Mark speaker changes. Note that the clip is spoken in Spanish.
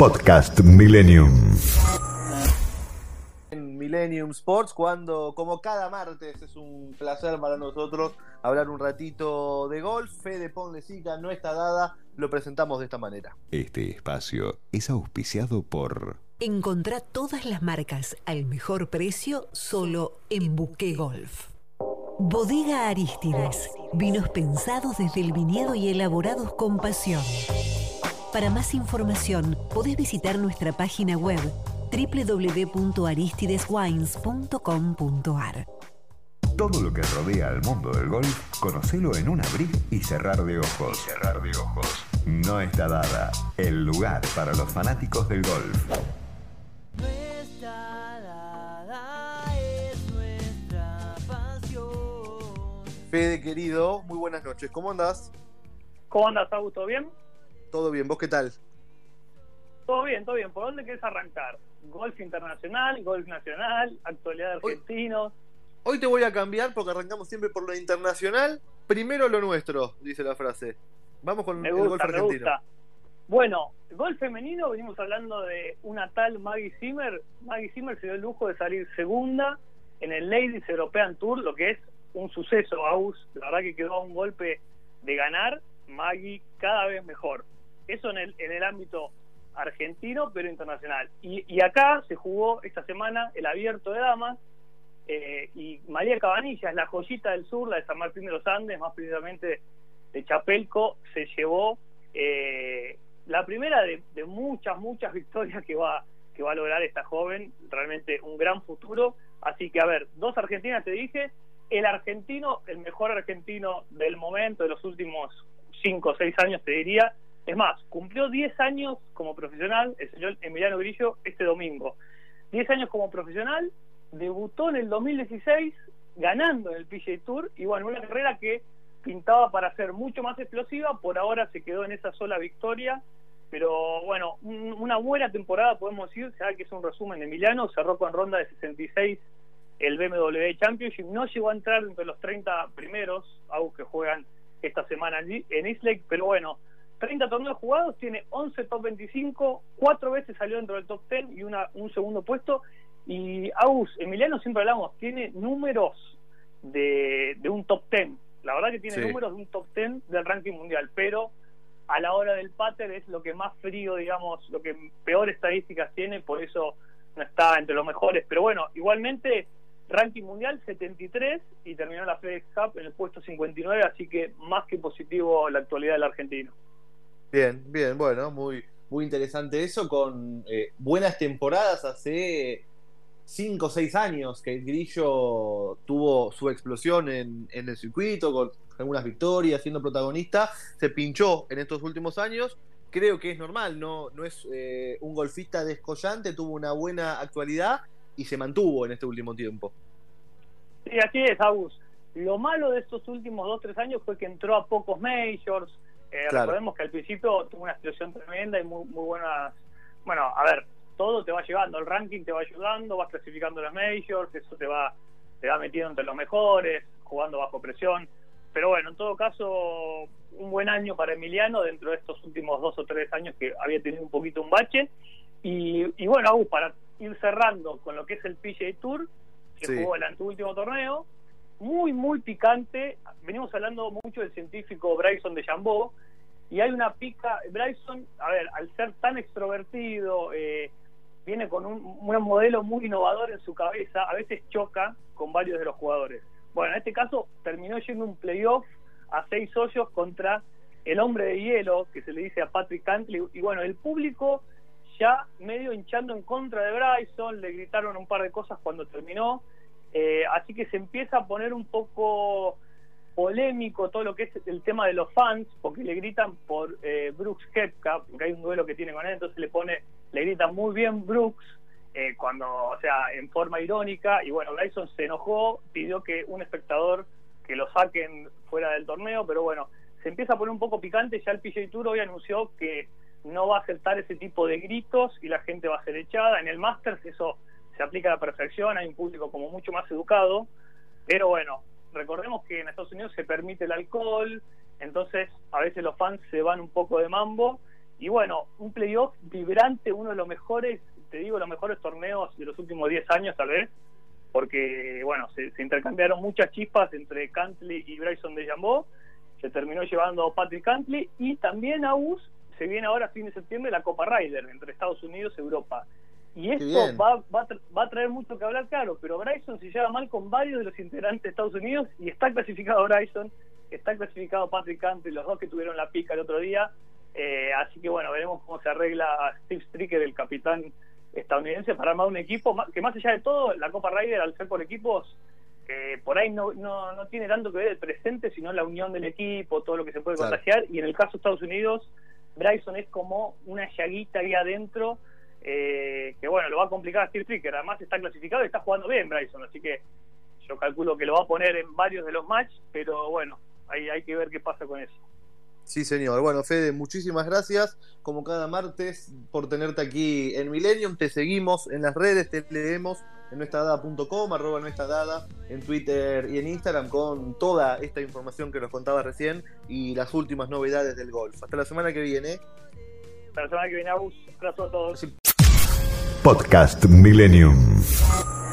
Speaker 1: Podcast Millennium.
Speaker 2: En Millennium Sports, cuando como cada martes es un placer para nosotros hablar un ratito de golf. Fede Ponlecica no está dada, lo presentamos de esta manera.
Speaker 1: Este espacio es auspiciado por...
Speaker 3: Encontrá todas las marcas al mejor precio solo en Buque Golf. Bodega Arístides. Vinos pensados desde el viñedo y elaborados con pasión. Para más información, podés visitar nuestra página web www.aristideswines.com.ar.
Speaker 1: Todo lo que rodea al mundo del golf, conocelo en un abrir y cerrar de ojos. No está dada, el lugar para los fanáticos del golf.
Speaker 4: Nuestra dada es nuestra pasión.
Speaker 2: Fede, querido, muy buenas noches. ¿Cómo andás?
Speaker 5: ¿Cómo andas, Augusto? ¿Bien?
Speaker 2: Todo bien, ¿vos qué tal?
Speaker 5: Todo bien, todo bien. ¿Por dónde querés arrancar? ¿Golf internacional, golf nacional, actualidad de argentinos?
Speaker 2: Hoy te voy a cambiar porque arrancamos siempre por lo internacional. Primero lo nuestro, dice la frase. Vamos con el golf argentino.
Speaker 5: Me gusta. Bueno, golf femenino, venimos hablando de una tal Maggie Zimmer. Maggie Zimmer se dio el lujo de salir segunda en el Ladies European Tour, lo que es un suceso, Agus. La verdad que quedó a un golpe de ganar. Maggie cada vez mejor. Eso en el ámbito argentino, pero internacional. Y acá se jugó esta semana el Abierto de Damas, y María Cabanillas, la joyita del sur, la de San Martín de los Andes, más precisamente de Chapelco, se llevó la primera de muchas victorias que va a lograr esta joven. Realmente un gran futuro. Así que, a ver, dos argentinas te dije. El argentino, el mejor argentino del momento, de los últimos 5 o 6 años, te diría. Es más, cumplió 10 años como profesional el señor Emiliano Grillo este domingo. 10 años como profesional, debutó en el 2016 ganando en el PGA Tour, y bueno, una carrera que pintaba para ser mucho más explosiva. Por ahora se quedó en esa sola victoria, pero bueno, una buena temporada podemos decir. Sabe que es un resumen de Emiliano. Cerró con ronda de 66 el BMW Championship, no llegó a entrar entre los 30 primeros, aunque juegan esta semana allí en East Lake, pero bueno, 30 torneos jugados, tiene 11 top 25, 4 veces salió dentro del top 10 y un segundo puesto. Y Agus, Emiliano, siempre hablamos, tiene números de un top 10. La verdad que tiene números de un top 10 del ranking mundial, pero a la hora del pater es lo que más frío, digamos, lo que peor estadísticas tiene, por eso no está entre los mejores. Pero bueno, igualmente, ranking mundial 73 y terminó la FedEx Cup en el puesto 59, así que más que positivo la actualidad del argentino.
Speaker 2: Bien, bueno, muy interesante eso, con buenas temporadas hace 5 o 6 años que Grillo tuvo su explosión en el circuito, con algunas victorias, siendo protagonista. Se pinchó en estos últimos años. Creo que es normal, no es un golfista descollante, tuvo una buena actualidad y se mantuvo en este último tiempo.
Speaker 5: Sí, así es, Agus. Lo malo de estos últimos 2-3 años fue que entró a pocos majors.
Speaker 2: Claro.
Speaker 5: Recordemos que al principio tuvo una explosión tremenda y muy buenas. Bueno, a ver, todo te va llevando, el ranking te va ayudando, vas clasificando las majors, eso te va metiendo entre los mejores, jugando bajo presión. Pero bueno, en todo caso, un buen año para Emiliano dentro de estos últimos 2 o 3 años que había tenido un poquito un bache. Y bueno, Agus, para ir cerrando con lo que es el PGA Tour, que jugó el anteúltimo torneo, muy picante. Venimos hablando mucho del científico Bryson DeChambeau, y hay una pica. Bryson, a ver, al ser tan extrovertido, viene con un modelo muy innovador en su cabeza, a veces choca con varios de los jugadores. Bueno, en este caso terminó yendo un playoff a 6 hoyos contra el hombre de hielo, que se le dice a Patrick Cantley, y bueno, el público ya medio hinchando en contra de Bryson, le gritaron un par de cosas cuando terminó, así que se empieza a poner un poco polémico todo lo que es el tema de los fans, porque le gritan por Brooks Koepka, porque hay un duelo que tiene con él, entonces le gritan muy bien Brooks, cuando, o sea, en forma irónica, y bueno, Bryson se enojó, pidió que un espectador que lo saquen fuera del torneo, pero bueno, se empieza a poner un poco picante. Ya el PGA Tour hoy anunció que no va a aceptar ese tipo de gritos y la gente va a ser echada. En el Masters eso se aplica a la perfección, hay un público como mucho más educado, pero bueno, recordemos que en Estados Unidos se permite el alcohol, entonces a veces los fans se van un poco de mambo, Y bueno, un playoff vibrante, uno de los mejores, te digo, los mejores torneos de los últimos 10 años tal vez, porque bueno, se intercambiaron muchas chispas entre Cantley y Bryson DeChambeau, se terminó llevando Patrick Cantley, y también se viene ahora a fin de septiembre la Copa Ryder entre Estados Unidos y Europa. Y esto va a traer mucho que hablar, claro, pero Bryson se lleva mal con varios de los integrantes de Estados Unidos, y está clasificado Bryson, está clasificado Patrick Cantley, los dos que tuvieron la pica el otro día. Así que bueno, veremos cómo se arregla a Steve Stricker, el capitán estadounidense, para armar un equipo que, más allá de todo, la Copa Ryder, al ser por equipos, por ahí no tiene tanto que ver el presente, sino la unión del equipo, todo lo que se puede contagiar. Y en el caso de Estados Unidos, Bryson es como una llaguita ahí adentro, que bueno, lo va a complicar a Steve Stricker. Además está clasificado y está jugando bien Bryson, así que yo calculo que lo va a poner en varios de los matches, pero bueno, hay que ver qué pasa con eso.
Speaker 2: Sí, señor. Bueno, Fede, muchísimas gracias, como cada martes, por tenerte aquí en Millennium. Te seguimos en las redes, te leemos en nuestradada.com, @nuestradada, en Twitter y en Instagram, con toda esta información que nos contabas recién y las últimas novedades del golf. Hasta la semana que viene.
Speaker 5: Hasta la semana que viene, Agus. Un abrazo a todos.
Speaker 1: Podcast Millennium.